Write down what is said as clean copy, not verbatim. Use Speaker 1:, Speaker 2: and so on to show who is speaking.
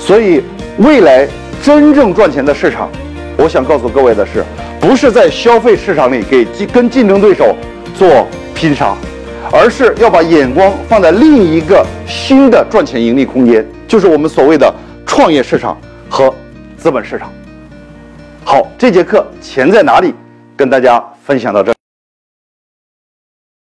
Speaker 1: 所以，未来真正赚钱的市场，我想告诉各位的是，不是在消费市场里跟竞争对手做拼杀，而是要把眼光放在另一个新的赚钱盈利空间，就是我们所谓的创业市场和资本市场。好，这节课钱在哪里？跟大家分享到这里。